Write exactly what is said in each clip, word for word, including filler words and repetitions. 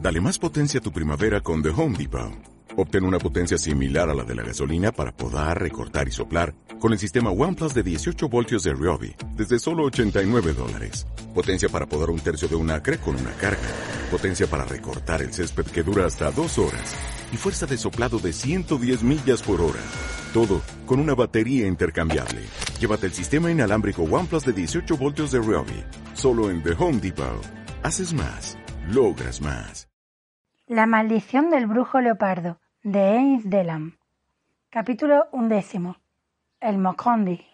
Dale más potencia a tu primavera con The Home Depot. Obtén una potencia similar a la de la gasolina para podar, recortar y soplar con el sistema OnePlus de dieciocho voltios de Ryobi desde solo ochenta y nueve dólares. Potencia para podar un tercio de un acre con una carga. Potencia para recortar el césped que dura hasta dos horas. Y fuerza de soplado de ciento diez millas por hora. Todo con una batería intercambiable. Llévate el sistema inalámbrico OnePlus de dieciocho voltios de Ryobi. Solo en The Home Depot. Haces más. Logras más. La maldición del brujo leopardo, de Enid Dellam. Capítulo undécimo. El Mokondi.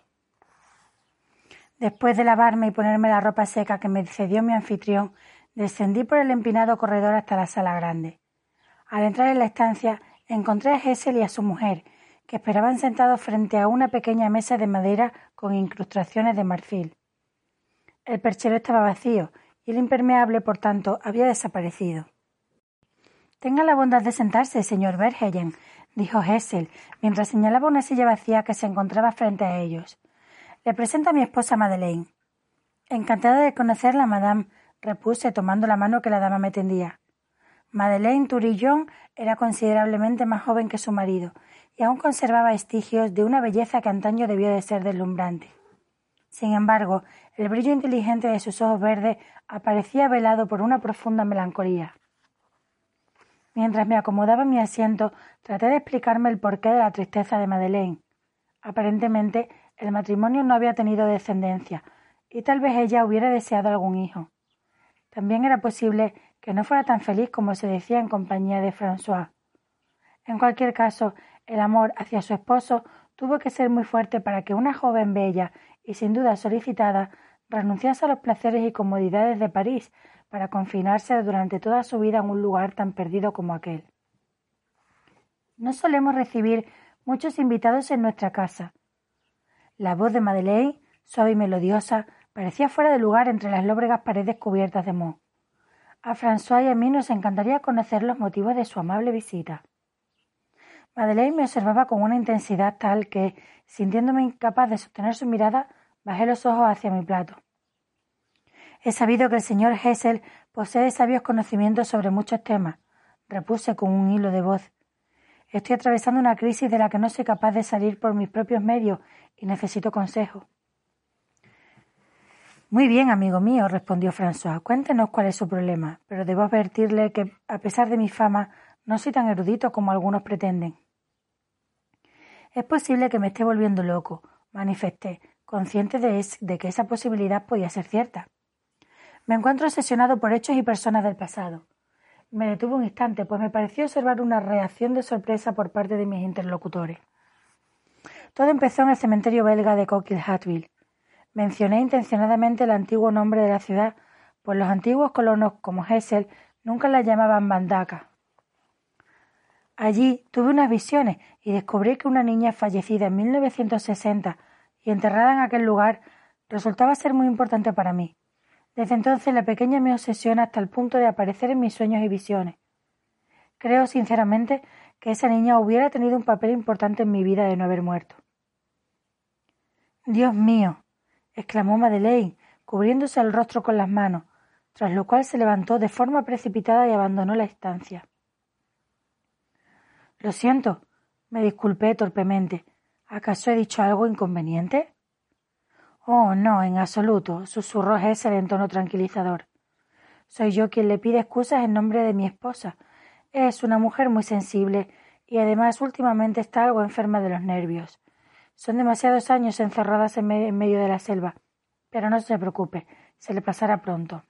Después de lavarme y ponerme la ropa seca que me cedió mi anfitrión, descendí por el empinado corredor hasta la sala grande. Al entrar en la estancia, encontré a Hessel y a su mujer, que esperaban sentados frente a una pequeña mesa de madera con incrustaciones de marfil. El perchero estaba vacío y el impermeable, por tanto, había desaparecido. «Tenga la bondad de sentarse, señor Verheyen», dijo Hessel, mientras señalaba una silla vacía que se encontraba frente a ellos. «Le presento a mi esposa Madeleine». «Encantada de conocerla, madame», repuse, tomando la mano que la dama me tendía. Madeleine Tourillon era considerablemente más joven que su marido y aún conservaba vestigios de una belleza que antaño debió de ser deslumbrante. Sin embargo, el brillo inteligente de sus ojos verdes aparecía velado por una profunda melancolía. Mientras me acomodaba en mi asiento, traté de explicarme el porqué de la tristeza de Madeleine. Aparentemente, el matrimonio no había tenido descendencia, y tal vez ella hubiera deseado algún hijo. También era posible que no fuera tan feliz como se decía en compañía de François. En cualquier caso, el amor hacia su esposo tuvo que ser muy fuerte para que una joven bella y sin duda solicitada renunciase a los placeres y comodidades de París para confinarse durante toda su vida en un lugar tan perdido como aquel. No solemos recibir muchos invitados en nuestra casa. La voz de Madeleine, suave y melodiosa, parecía fuera de lugar entre las lóbregas paredes cubiertas de moho. A François y a mí nos encantaría conocer los motivos de su amable visita. Madeleine me observaba con una intensidad tal que, sintiéndome incapaz de sostener su mirada, bajé los ojos hacia mi plato. He sabido que el señor Hessel posee sabios conocimientos sobre muchos temas, repuse con un hilo de voz. Estoy atravesando una crisis de la que no soy capaz de salir por mis propios medios y necesito consejo. Muy bien, amigo mío, respondió François. Cuéntenos cuál es su problema, pero debo advertirle que, a pesar de mi fama, no soy tan erudito como algunos pretenden. Es posible que me esté volviendo loco, manifesté, consciente de, es, de que esa posibilidad podía ser cierta. Me encuentro obsesionado por hechos y personas del pasado. Me detuve un instante, pues me pareció observar una reacción de sorpresa por parte de mis interlocutores. Todo empezó en el cementerio belga de Coquille-Hatville. Mencioné intencionadamente el antiguo nombre de la ciudad, pues los antiguos colonos, como Hessel, nunca la llamaban Bandaka. Allí tuve unas visiones y descubrí que una niña fallecida en mil novecientos sesenta y enterrada en aquel lugar resultaba ser muy importante para mí. Desde entonces la pequeña me obsesiona hasta el punto de aparecer en mis sueños y visiones. Creo sinceramente que esa niña hubiera tenido un papel importante en mi vida de no haber muerto. «Dios mío», exclamó Madeleine, cubriéndose el rostro con las manos, tras lo cual se levantó de forma precipitada y abandonó la estancia. «Lo siento», me disculpé torpemente. «¿Acaso he dicho algo inconveniente?» «Oh, no, en absoluto», susurró Hessel en tono tranquilizador. «Soy yo quien le pide excusas en nombre de mi esposa. Es una mujer muy sensible y además últimamente está algo enferma de los nervios. Son demasiados años encerradas en, me- en medio de la selva, pero no se preocupe, se le pasará pronto».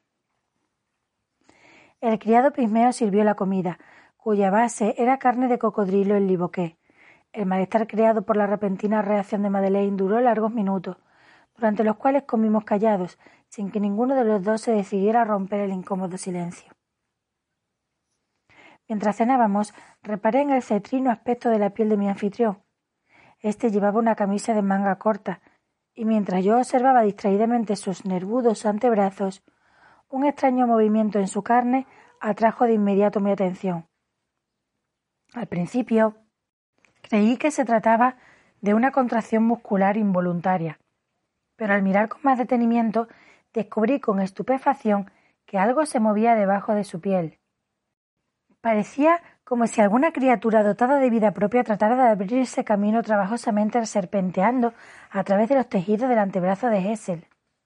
El criado pigmeo sirvió la comida, cuya base era carne de cocodrilo en liboqué. El malestar creado por la repentina reacción de Madeleine duró largos minutos, durante los cuales comimos callados, sin que ninguno de los dos se decidiera a romper el incómodo silencio. Mientras cenábamos, reparé en el cetrino aspecto de la piel de mi anfitrión. Este llevaba una camisa de manga corta, y mientras yo observaba distraídamente sus nervudos antebrazos, un extraño movimiento en su carne atrajo de inmediato mi atención. Al principio, creí que se trataba de una contracción muscular involuntaria, pero al mirar con más detenimiento descubrí con estupefacción que algo se movía debajo de su piel. Parecía como si alguna criatura dotada de vida propia tratara de abrirse camino trabajosamente serpenteando a través de los tejidos del antebrazo de Hessel.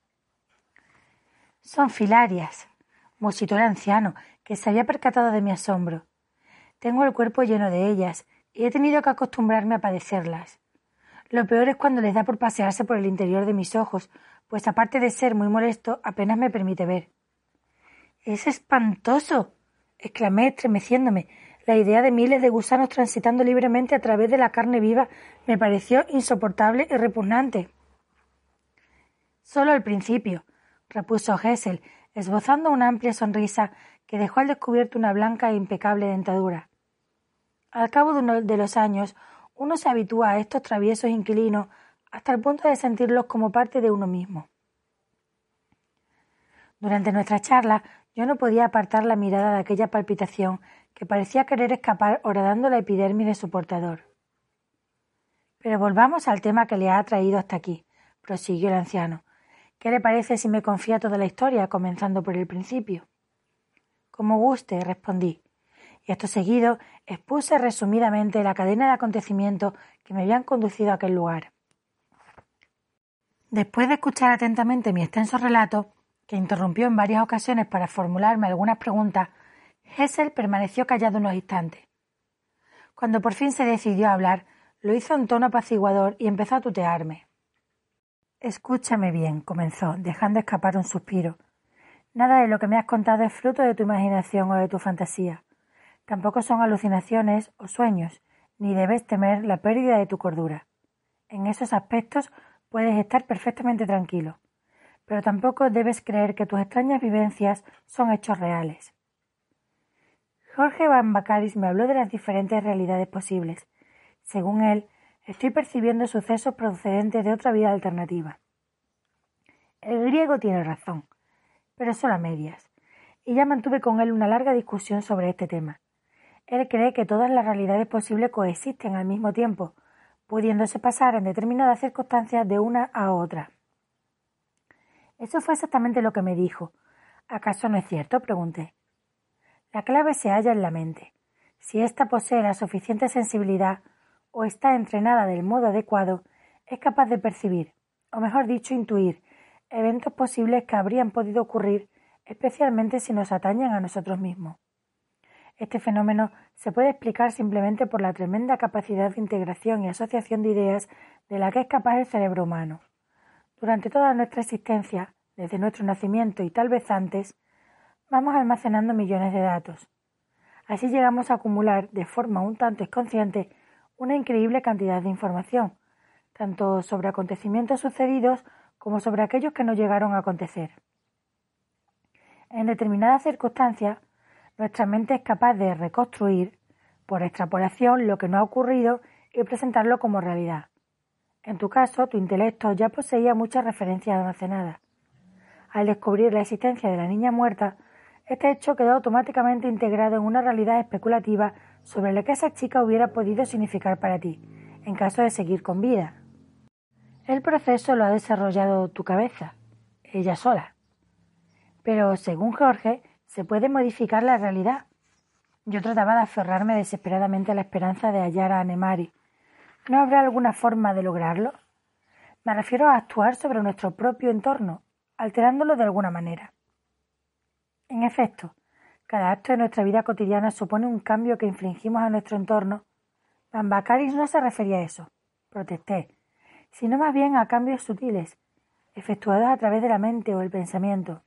«Son filarias», musitó el anciano, que se había percatado de mi asombro. «Tengo el cuerpo lleno de ellas y he tenido que acostumbrarme a padecerlas. Lo peor es cuando les da por pasearse por el interior de mis ojos, pues aparte de ser muy molesto, apenas me permite ver». «¡Es espantoso!», exclamé estremeciéndome. La idea de miles de gusanos transitando libremente a través de la carne viva me pareció insoportable y repugnante. «Solo al principio», repuso Hessel, esbozando una amplia sonrisa que dejó al descubierto una blanca e impecable dentadura. «Al cabo de, uno de los años, uno se habitúa a estos traviesos inquilinos hasta el punto de sentirlos como parte de uno mismo». Durante nuestra charla, yo no podía apartar la mirada de aquella palpitación que parecía querer escapar horadando la epidermis de su portador. «Pero volvamos al tema que le ha traído hasta aquí», prosiguió el anciano. «¿Qué le parece si me confía toda la historia, comenzando por el principio?» «Como guste», respondí, y acto seguido expuse resumidamente la cadena de acontecimientos que me habían conducido a aquel lugar. Después de escuchar atentamente mi extenso relato, que interrumpió en varias ocasiones para formularme algunas preguntas, Hessel permaneció callado unos instantes. Cuando por fin se decidió a hablar, lo hizo en tono apaciguador y empezó a tutearme. «Escúchame bien», comenzó, dejando escapar un suspiro. «Nada de lo que me has contado es fruto de tu imaginación o de tu fantasía. Tampoco son alucinaciones o sueños, ni debes temer la pérdida de tu cordura. En esos aspectos puedes estar perfectamente tranquilo. Pero tampoco debes creer que tus extrañas vivencias son hechos reales». Jorge Van Bakaris me habló de las diferentes realidades posibles. Según él, estoy percibiendo sucesos procedentes de otra vida alternativa. El griego tiene razón, pero solo a medias, y ya mantuve con él una larga discusión sobre este tema. Él cree que todas las realidades posibles coexisten al mismo tiempo, pudiéndose pasar en determinadas circunstancias de una a otra. Eso fue exactamente lo que me dijo. ¿Acaso no es cierto?, pregunté. La clave se halla en la mente. Si ésta posee la suficiente sensibilidad o está entrenada del modo adecuado, es capaz de percibir, o mejor dicho, intuir, eventos posibles que habrían podido ocurrir, especialmente si nos atañen a nosotros mismos. Este fenómeno se puede explicar simplemente por la tremenda capacidad de integración y asociación de ideas de la que es capaz el cerebro humano. Durante toda nuestra existencia, desde nuestro nacimiento y tal vez antes, vamos almacenando millones de datos. Así llegamos a acumular, de forma un tanto inconsciente, una increíble cantidad de información, tanto sobre acontecimientos sucedidos como sobre aquellos que no llegaron a acontecer. En determinadas circunstancias, nuestra mente es capaz de reconstruir, por extrapolación, lo que no ha ocurrido y presentarlo como realidad. En tu caso, tu intelecto ya poseía muchas referencias almacenadas. Al descubrir la existencia de la niña muerta, este hecho quedó automáticamente integrado en una realidad especulativa sobre lo que esa chica hubiera podido significar para ti, en caso de seguir con vida. El proceso lo ha desarrollado tu cabeza, ella sola. Pero, según Jorge, se puede modificar la realidad. Yo trataba de aferrarme desesperadamente a la esperanza de hallar a Anne-Marie. ¿No habrá alguna forma de lograrlo? Me refiero a actuar sobre nuestro propio entorno, alterándolo de alguna manera. En efecto, cada acto de nuestra vida cotidiana supone un cambio que infligimos a nuestro entorno. Van Bakaris no se refería a eso, protesté, sino más bien a cambios sutiles, efectuados a través de la mente o el pensamiento.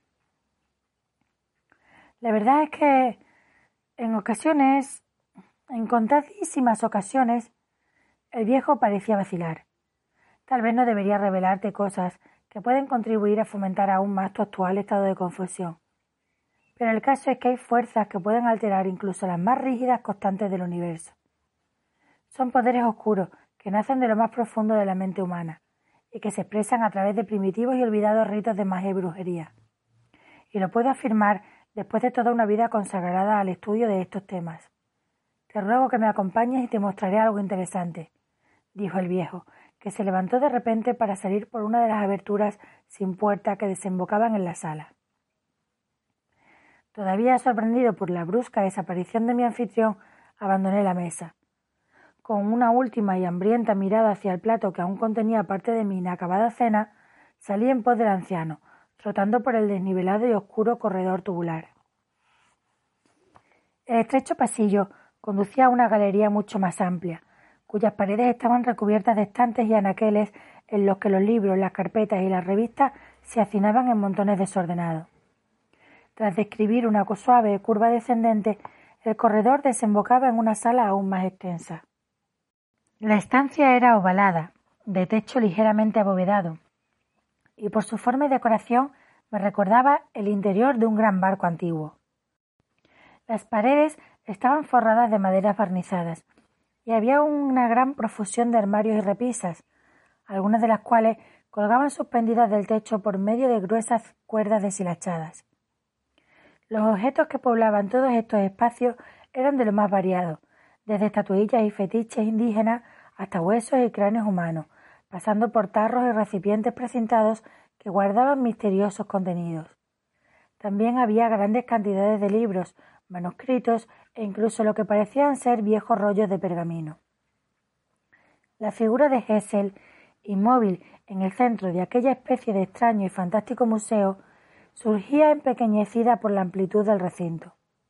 La verdad es que, en ocasiones, en contadísimas ocasiones, el viejo parecía vacilar. Tal vez no debería revelarte cosas que pueden contribuir a fomentar aún más tu actual estado de confusión. Pero el caso es que hay fuerzas que pueden alterar incluso las más rígidas constantes del universo. Son poderes oscuros que nacen de lo más profundo de la mente humana y que se expresan a través de primitivos y olvidados ritos de magia y brujería. Y lo puedo afirmar después de toda una vida consagrada al estudio de estos temas. Te ruego que me acompañes y te mostraré algo interesante, dijo el viejo, que se levantó de repente para salir por una de las aberturas sin puerta que desembocaban en la sala. Todavía sorprendido por la brusca desaparición de mi anfitrión, abandoné la mesa. Con una última y hambrienta mirada hacia el plato que aún contenía parte de mi inacabada cena, salí en pos del anciano, trotando por el desnivelado y oscuro corredor tubular. El estrecho pasillo conducía a una galería mucho más amplia, cuyas paredes estaban recubiertas de estantes y anaqueles en los que los libros, las carpetas y las revistas se hacinaban en montones desordenados. Tras describir una suave curva descendente, el corredor desembocaba en una sala aún más extensa. La estancia era ovalada, de techo ligeramente abovedado, y por su forma y decoración me recordaba el interior de un gran barco antiguo. Las paredes estaban forradas de maderas barnizadas, y había una gran profusión de armarios y repisas, algunas de las cuales colgaban suspendidas del techo por medio de gruesas cuerdas deshilachadas. Los objetos que poblaban todos estos espacios eran de lo más variados, desde estatuillas y fetiches indígenas hasta huesos y cráneos humanos, pasando por tarros y recipientes precintados que guardaban misteriosos contenidos. También había grandes cantidades de libros, manuscritos e incluso lo que parecían ser viejos rollos de pergamino. La figura de Hessel, inmóvil en el centro de aquella especie de extraño y fantástico museo, surgía empequeñecida por la amplitud del recinto.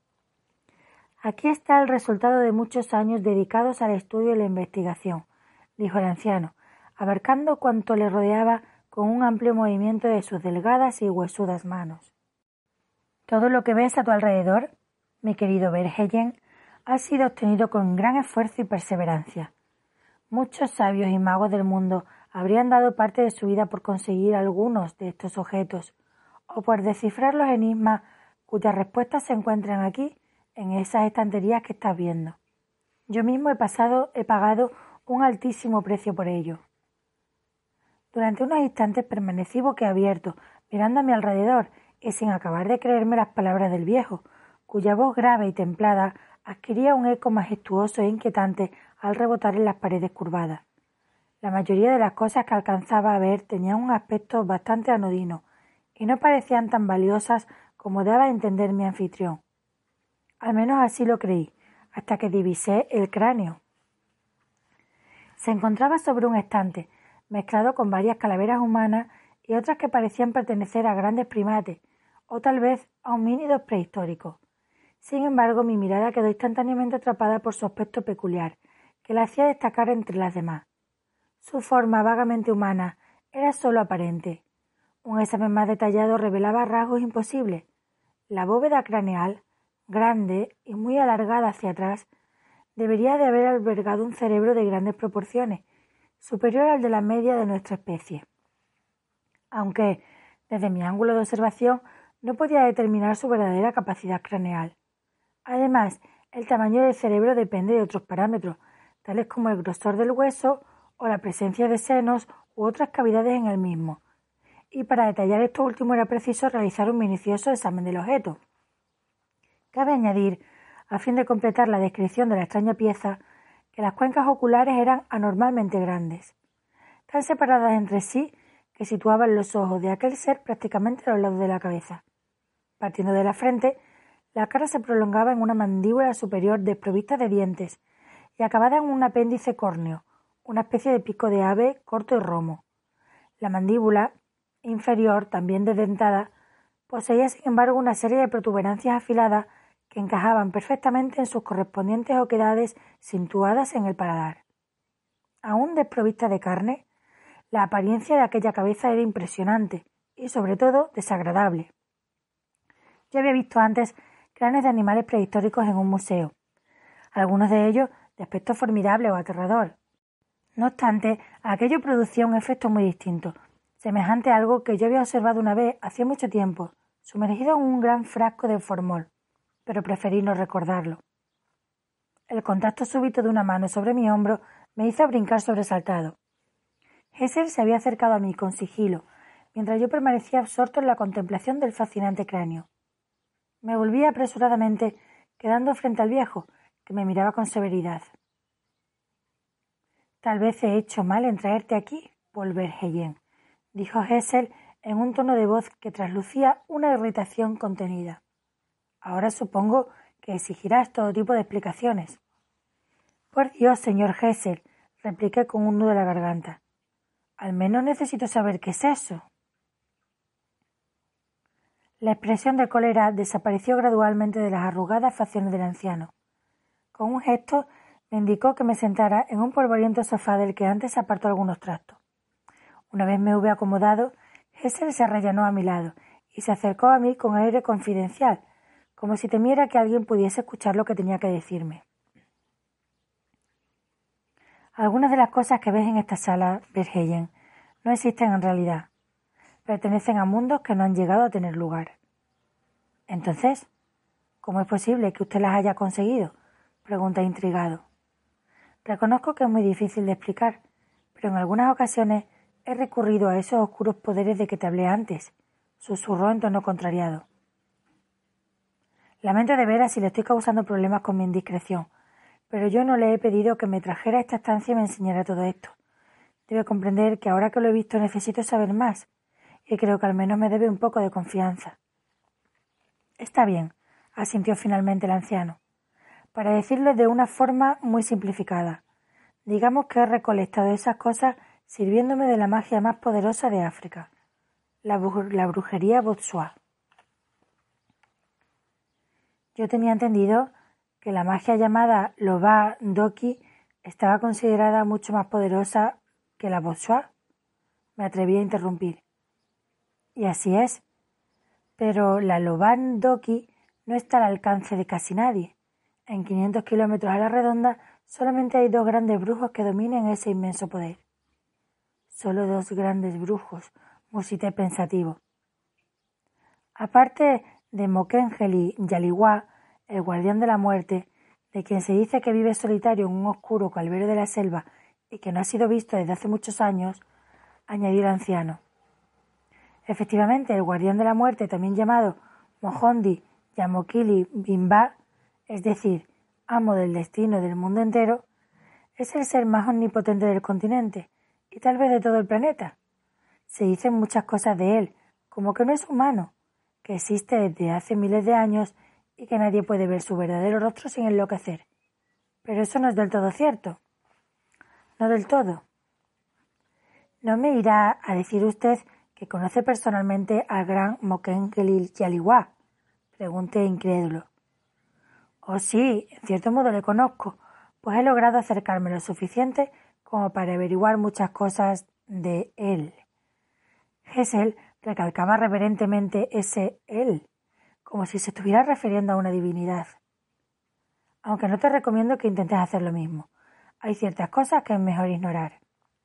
Aquí está el resultado de muchos años dedicados al estudio y la investigación, dijo el anciano, abarcando cuanto le rodeaba con un amplio movimiento de sus delgadas y huesudas manos. Todo lo que ves a tu alrededor, mi querido Verheyen, ha sido obtenido con gran esfuerzo y perseverancia. Muchos sabios y magos del mundo habrían dado parte de su vida por conseguir algunos de estos objetos, o por descifrar los enigmas cuyas respuestas se encuentran aquí, en esas estanterías que estás viendo. Yo mismo he pasado, he pagado un altísimo precio por ello. Durante unos instantes permanecí boquiabierto, mirando a mi alrededor y sin acabar de creerme las palabras del viejo, cuya voz grave y templada adquiría un eco majestuoso e inquietante al rebotar en las paredes curvadas. La mayoría de las cosas que alcanzaba a ver tenían un aspecto bastante anodino y no parecían tan valiosas como daba a entender mi anfitrión. Al menos así lo creí, hasta que divisé el cráneo. Se encontraba sobre un estante, mezclado con varias calaveras humanas y otras que parecían pertenecer a grandes primates, o tal vez a homínidos prehistóricos. Sin embargo, mi mirada quedó instantáneamente atrapada por su aspecto peculiar, que la hacía destacar entre las demás. Su forma vagamente humana era sólo aparente. Un examen más detallado revelaba rasgos imposibles. La bóveda craneal, grande y muy alargada hacia atrás, debería de haber albergado un cerebro de grandes proporciones, superior al de la media de nuestra especie. Aunque, desde mi ángulo de observación, no podía determinar su verdadera capacidad craneal. Además, el tamaño del cerebro depende de otros parámetros, tales como el grosor del hueso o la presencia de senos u otras cavidades en el mismo. Y para detallar esto último era preciso realizar un minucioso examen del objeto. Cabe añadir, a fin de completar la descripción de la extraña pieza, que las cuencas oculares eran anormalmente grandes, tan separadas entre sí que situaban los ojos de aquel ser prácticamente a los lados de la cabeza. Partiendo de la frente, la cara se prolongaba en una mandíbula superior desprovista de dientes y acabada en un apéndice córneo, una especie de pico de ave corto y romo. La mandíbula inferior, también desdentada, poseía sin embargo una serie de protuberancias afiladas que encajaban perfectamente en sus correspondientes oquedades situadas en el paladar. Aún desprovista de carne, la apariencia de aquella cabeza era impresionante y, sobre todo, desagradable. Yo había visto antes cráneos de animales prehistóricos en un museo, algunos de ellos de aspecto formidable o aterrador. No obstante, aquello producía un efecto muy distinto, semejante a algo que yo había observado una vez hacía mucho tiempo, sumergido en un gran frasco de formol, pero preferí no recordarlo. El contacto súbito de una mano sobre mi hombro me hizo brincar sobresaltado. Hessel se había acercado a mí con sigilo, mientras yo permanecía absorto en la contemplación del fascinante cráneo. Me volví apresuradamente, quedando frente al viejo, que me miraba con severidad. «Tal vez he hecho mal en traerte aquí, Paul Verheyen», dijo Hessel en un tono de voz que traslucía una irritación contenida. Ahora supongo que exigirás todo tipo de explicaciones. Por Dios, señor Gesell, repliqué con un nudo en la garganta. Al menos necesito saber qué es eso. La expresión de cólera desapareció gradualmente de las arrugadas facciones del anciano. Con un gesto me indicó que me sentara en un polvoriento sofá del que antes apartó algunos trastos. Una vez me hube acomodado, Gesell se arrellanó a mi lado y se acercó a mí con aire confidencial, como si temiera que alguien pudiese escuchar lo que tenía que decirme. Algunas de las cosas que ves en esta sala, Verheyen, no existen en realidad. Pertenecen a mundos que no han llegado a tener lugar. Entonces, ¿cómo es posible que usted las haya conseguido?, pregunta intrigado. Reconozco que es muy difícil de explicar, pero en algunas ocasiones he recurrido a esos oscuros poderes de que te hablé antes, susurró en tono contrariado. Lamento de veras si le estoy causando problemas con mi indiscreción, pero yo no le he pedido que me trajera a esta estancia y me enseñara todo esto. Debe comprender que ahora que lo he visto necesito saber más, y creo que al menos me debe un poco de confianza. Está bien, asintió finalmente el anciano. Para decirlo de una forma muy simplificada, digamos que he recolectado esas cosas sirviéndome de la magia más poderosa de África, la, bru- la brujería Botswa. Yo tenía entendido que la magia llamada Loba Ndoki estaba considerada mucho más poderosa que la Botswa. Me atreví a interrumpir. Y así es. Pero la Loba Ndoki no está al alcance de casi nadie. En quinientos kilómetros a la redonda solamente hay dos grandes brujos que dominen ese inmenso poder. Solo dos grandes brujos, musité pensativo. Aparte de Mokengeli Yaliwa, el guardián de la muerte, de quien se dice que vive solitario en un oscuro calvario de la selva y que no ha sido visto desde hace muchos años, añadió el anciano. Efectivamente, el guardián de la muerte, también llamado Mohondi Yamokili Bimba, es decir, amo del destino del mundo entero, es el ser más omnipotente del continente y tal vez de todo el planeta. Se dicen muchas cosas de él, como que no es humano, que existe desde hace miles de años y que nadie puede ver su verdadero rostro sin enloquecer. Pero eso no es del todo cierto. No del todo. ¿No me irá a decir usted que conoce personalmente al gran Mokengeli Yaliwa? Pregunté incrédulo. Oh sí, en cierto modo le conozco, pues he logrado acercarme lo suficiente como para averiguar muchas cosas de él. Gesell recalcaba reverentemente ese él, como si se estuviera refiriendo a una divinidad. Aunque no te recomiendo que intentes hacer lo mismo. Hay ciertas cosas que es mejor ignorar.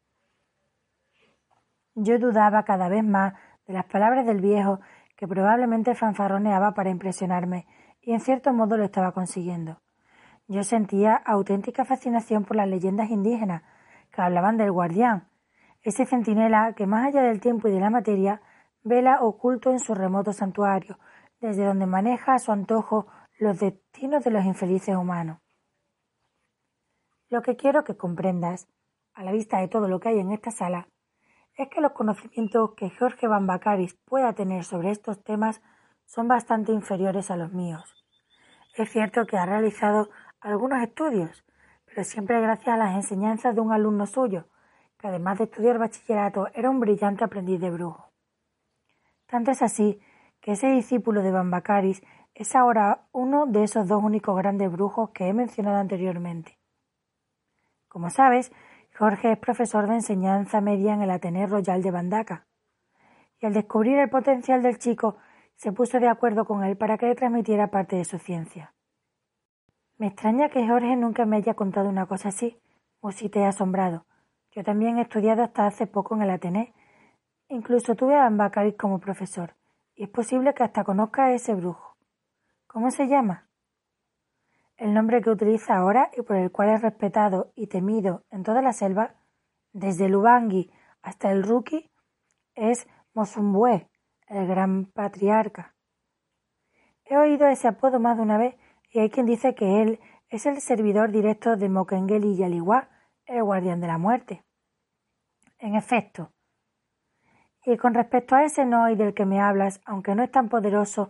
Yo dudaba cada vez más de las palabras del viejo, que probablemente fanfarroneaba para impresionarme, y en cierto modo lo estaba consiguiendo. Yo sentía auténtica fascinación por las leyendas indígenas que hablaban del guardián, ese centinela que más allá del tiempo y de la materia vela oculto en su remoto santuario, desde donde maneja a su antojo los destinos de los infelices humanos. Lo que quiero que comprendas, a la vista de todo lo que hay en esta sala, es que los conocimientos que Jorge Bambacaris pueda tener sobre estos temas son bastante inferiores a los míos. Es cierto que ha realizado algunos estudios, pero siempre gracias a las enseñanzas de un alumno suyo, que además de estudiar bachillerato era un brillante aprendiz de brujo. Tanto es así que ese discípulo de Bambacaris es ahora uno de esos dos únicos grandes brujos que he mencionado anteriormente. Como sabes, Jorge es profesor de enseñanza media en el Ateneo Royal de Bandaka, y al descubrir el potencial del chico, se puso de acuerdo con él para que le transmitiera parte de su ciencia. Me extraña que Jorge nunca me haya contado una cosa así, musité asombrado. Yo también he estudiado hasta hace poco en el Ateneo, incluso tuve a Bambacaris como profesor, y es posible que hasta conozca a ese brujo. ¿Cómo se llama? El nombre que utiliza ahora y por el cual es respetado y temido en toda la selva, desde el Ubangi hasta el Ruki, es Mosumbwe, el gran patriarca. He oído ese apodo más de una vez y hay quien dice que él es el servidor directo de Mokengeli Yaliwa, el guardián de la muerte. En efecto. Y con respecto a ese Noi del que me hablas, aunque no es tan poderoso,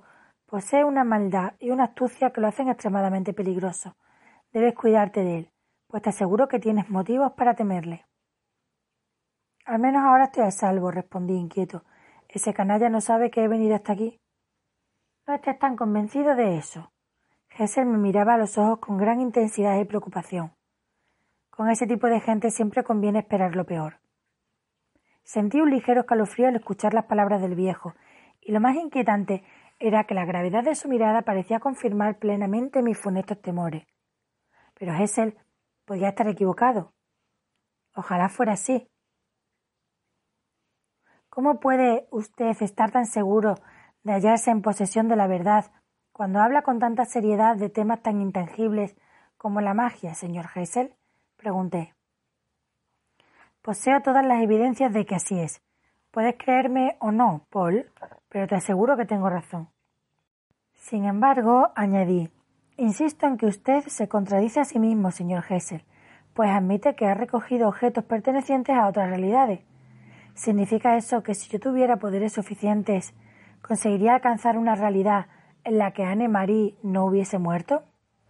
Posee una maldad y una astucia que lo hacen extremadamente peligroso. Debes cuidarte de él, pues te aseguro que tienes motivos para temerle. Al menos ahora estoy a salvo, respondí inquieto. Ese canalla no sabe que he venido hasta aquí. No estés tan convencido de eso. Hessel me miraba a los ojos con gran intensidad y preocupación. Con ese tipo de gente siempre conviene esperar lo peor. Sentí un ligero escalofrío al escuchar las palabras del viejo, y lo más inquietante era que la gravedad de su mirada parecía confirmar plenamente mis funestos temores. Pero Hessel podía estar equivocado. Ojalá fuera así. ¿Cómo puede usted estar tan seguro de hallarse en posesión de la verdad cuando habla con tanta seriedad de temas tan intangibles como la magia, señor Hessel? Pregunté. Poseo todas las evidencias de que así es. Puedes creerme o no, Paul, pero te aseguro que tengo razón. Sin embargo, añadí, insisto en que usted se contradice a sí mismo, señor Hessel, pues admite que ha recogido objetos pertenecientes a otras realidades. ¿Significa eso que si yo tuviera poderes suficientes, conseguiría alcanzar una realidad en la que Anne-Marie no hubiese muerto?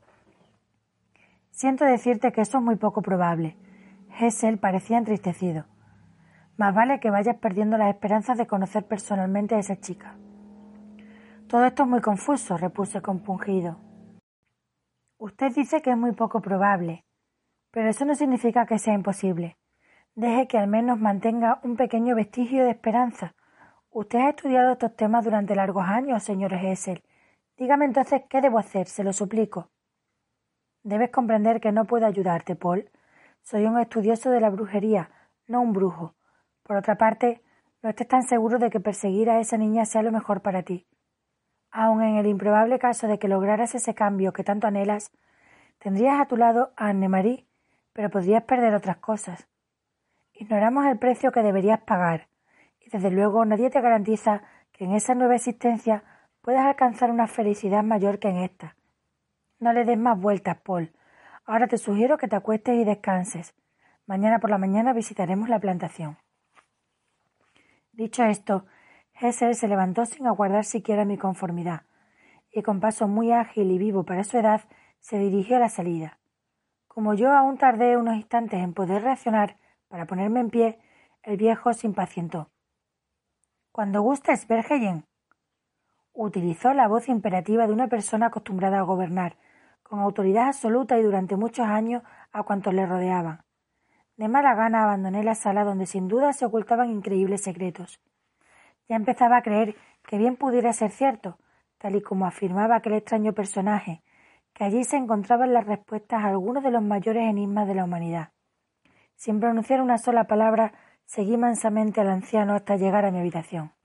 Siento decirte que eso es muy poco probable. Hessel parecía entristecido. Más vale que vayas perdiendo las esperanzas de conocer personalmente a esa chica. Todo esto es muy confuso, repuse compungido. Usted dice que es muy poco probable, pero eso no significa que sea imposible. Deje que al menos mantenga un pequeño vestigio de esperanza. Usted ha estudiado estos temas durante largos años, señor Hessel. Dígame entonces qué debo hacer, se lo suplico. Debes comprender que no puedo ayudarte, Paul. Soy un estudioso de la brujería, no un brujo. Por otra parte, no estés tan seguro de que perseguir a esa niña sea lo mejor para ti. Aun en el improbable caso de que lograras ese cambio que tanto anhelas, tendrías a tu lado a Anne-Marie, pero podrías perder otras cosas. Ignoramos el precio que deberías pagar, y desde luego nadie te garantiza que en esa nueva existencia puedas alcanzar una felicidad mayor que en esta. No le des más vueltas, Paul. Ahora te sugiero que te acuestes y descanses. Mañana por la mañana visitaremos la plantación. Dicho esto, Hessel se levantó sin aguardar siquiera mi conformidad, y con paso muy ágil y vivo para su edad, se dirigió a la salida. Como yo aún tardé unos instantes en poder reaccionar para ponerme en pie, el viejo se impacientó. «Cuando gustes, Verheyen». Utilizó la voz imperativa de una persona acostumbrada a gobernar, con autoridad absoluta y durante muchos años a cuantos le rodeaban. De mala gana abandoné la sala donde sin duda se ocultaban increíbles secretos. Ya empezaba a creer que bien pudiera ser cierto, tal y como afirmaba aquel extraño personaje, que allí se encontraban las respuestas a algunos de los mayores enigmas de la humanidad. Sin pronunciar una sola palabra, seguí mansamente al anciano hasta llegar a mi habitación.